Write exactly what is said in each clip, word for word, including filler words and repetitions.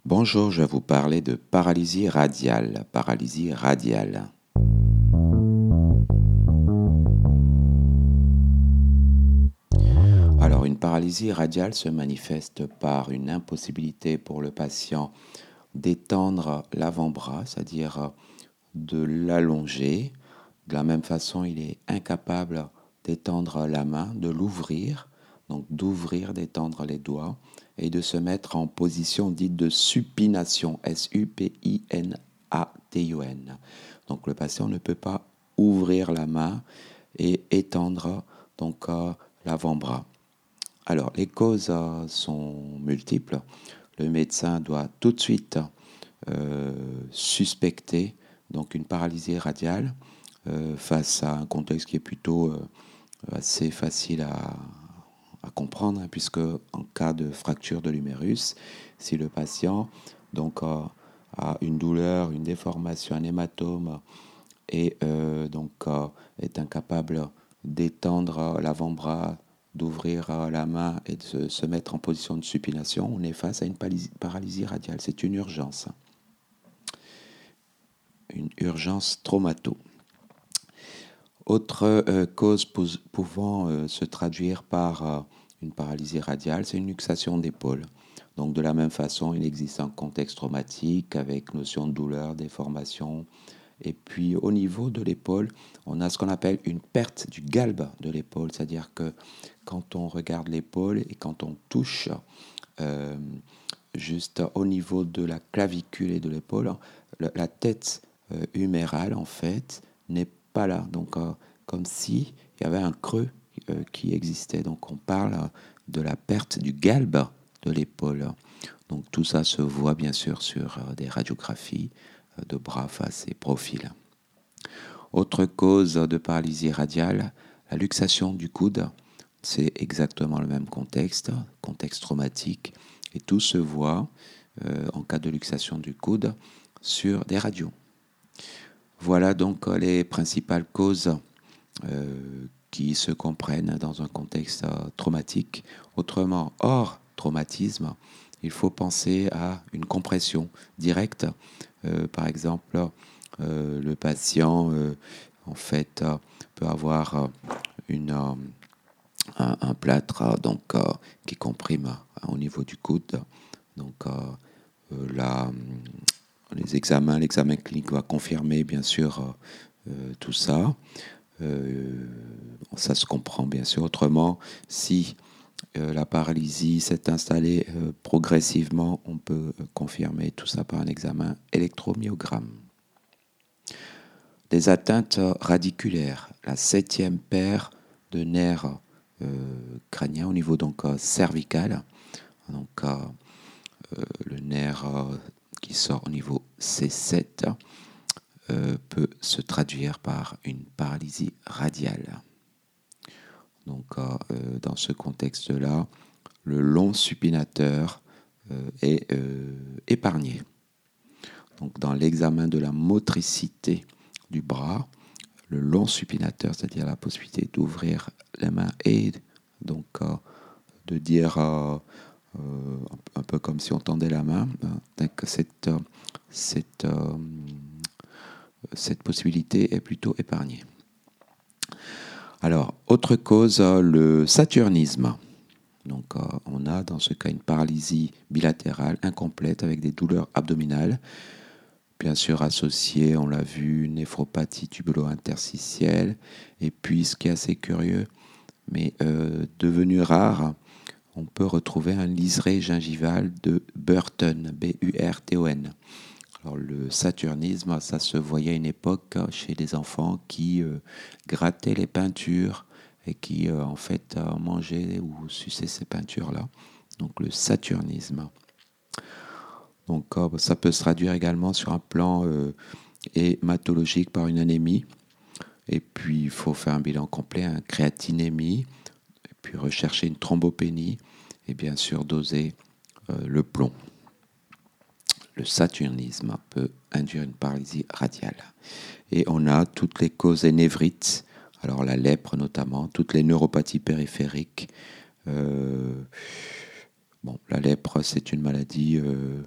Bonjour, je vais vous parler de paralysie radiale. Paralysie radiale. Alors, une paralysie radiale se manifeste par une impossibilité pour le patient d'étendre l'avant-bras, c'est-à-dire de l'allonger. De la même façon, il est incapable d'étendre la main, de l'ouvrir, donc d'ouvrir, d'étendre les doigts et de se mettre en position dite de supination, S U P I N A T I O N. Donc le patient ne peut pas ouvrir la main et étendre donc euh, l'avant-bras. Alors les causes euh, sont multiples. Le médecin doit tout de suite euh, suspecter donc une paralysie radiale euh, face à un contexte qui est plutôt euh, assez facile à, à comprendre, hein, puisque en cas de fracture de l'humérus, si le patient donc euh, a une douleur, une déformation, un hématome et euh, donc euh, est incapable d'étendre l'avant-bras, d'ouvrir euh, la main et de se, se mettre en position de supination, on est face à une paralysie radiale. C'est une urgence, une urgence traumato. Autre euh, cause pos- pouvant euh, se traduire par euh, une paralysie radiale, c'est une luxation d'épaule. Donc de la même façon, il existe un contexte traumatique avec notion de douleur, déformation. Et puis au niveau de l'épaule, on a ce qu'on appelle une perte du galbe de l'épaule, c'est-à-dire que quand on regarde l'épaule et quand on touche euh, juste au niveau de la clavicule et de l'épaule, la tête euh, humérale en fait n'est pas là. Donc euh, comme si il y avait un creux euh, qui existait. Donc on parle de la perte du galbe de l'épaule. Donc tout ça se voit bien sûr sur euh, des radiographies euh, de bras, face et profil. Autre cause de paralysie radiale, la luxation du coude. C'est exactement le même contexte, contexte traumatique, et tout se voit euh, en cas de luxation du coude sur des radios. Voilà donc les principales causes euh, qui se comprennent dans un contexte euh, traumatique. Autrement, hors traumatisme, il faut penser à une compression directe. Euh, par exemple, euh, le patient euh, en fait euh, peut avoir euh, une, euh, un, un, plâtre euh, donc, euh, qui comprime euh, au niveau du coude. Donc euh, euh, la, les examens, l'examen clinique va confirmer bien sûr euh, tout ça. Euh, ça se comprend bien sûr. Autrement, si euh, la paralysie s'est installée euh, progressivement, on peut euh, confirmer tout ça par un examen électromyogramme. Des atteintes radiculaires, la septième paire de nerfs euh, crâniens au niveau donc euh, cervical. Donc euh, euh, le nerf euh, qui sort au niveau C sept euh, peut se traduire par une paralysie radiale. Donc euh, dans ce contexte-là, le long supinateur euh, est euh, épargné. Donc dans l'examen de la motricité du bras, le long supinateur, c'est-à-dire la possibilité d'ouvrir les mains et donc euh, de dire euh, euh, un peu comme si on tendait la main, hein, cette, cette, euh, cette possibilité est plutôt épargnée. Alors, autre cause, le saturnisme. Donc, euh, on a dans ce cas une paralysie bilatérale incomplète avec des douleurs abdominales, bien sûr associées, on l'a vu, néphropathie tubulo-interstitielle, et puis ce qui est assez curieux, mais euh, devenu rare, on peut retrouver un liseré gingival de Burton, B U R T O N. Alors, le saturnisme, ça se voyait à une époque chez des enfants qui euh, grattaient les peintures et qui, euh, en fait, euh, mangeaient ou suçaient ces peintures-là. Donc, le saturnisme. Donc, euh, ça peut se traduire également sur un plan euh, hématologique par une anémie. Et puis, il faut faire un bilan complet, une créatinémie, et puis rechercher une thrombopénie, et bien sûr doser euh, le plomb. Le saturnisme peut induire une paralysie radiale. Et on a toutes les causes névrites, alors la lèpre notamment, toutes les neuropathies périphériques. Euh, bon, la lèpre, c'est une maladie euh,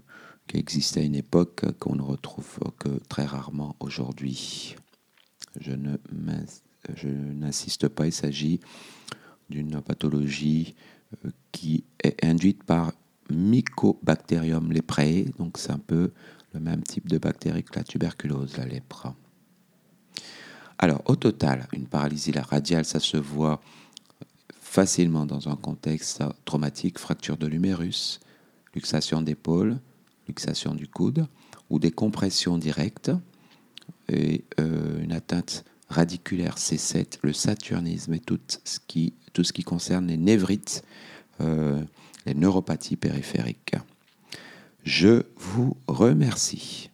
qui existait à une époque qu'on ne retrouve que très rarement aujourd'hui. Je ne je n'insiste pas, il s'agit d'une pathologie qui est induite par Mycobacterium leprae, donc c'est un peu le même type de bactérie que la tuberculose, la lèpre. Alors, au total, une paralysie radiale, ça se voit facilement dans un contexte traumatique, fracture de l'humérus, luxation d'épaule, luxation du coude, ou des compressions directes, et euh, une atteinte radiculaire C sept, le saturnisme et tout ce qui, tout ce qui concerne les névrites, euh, les neuropathies périphériques. Je vous remercie.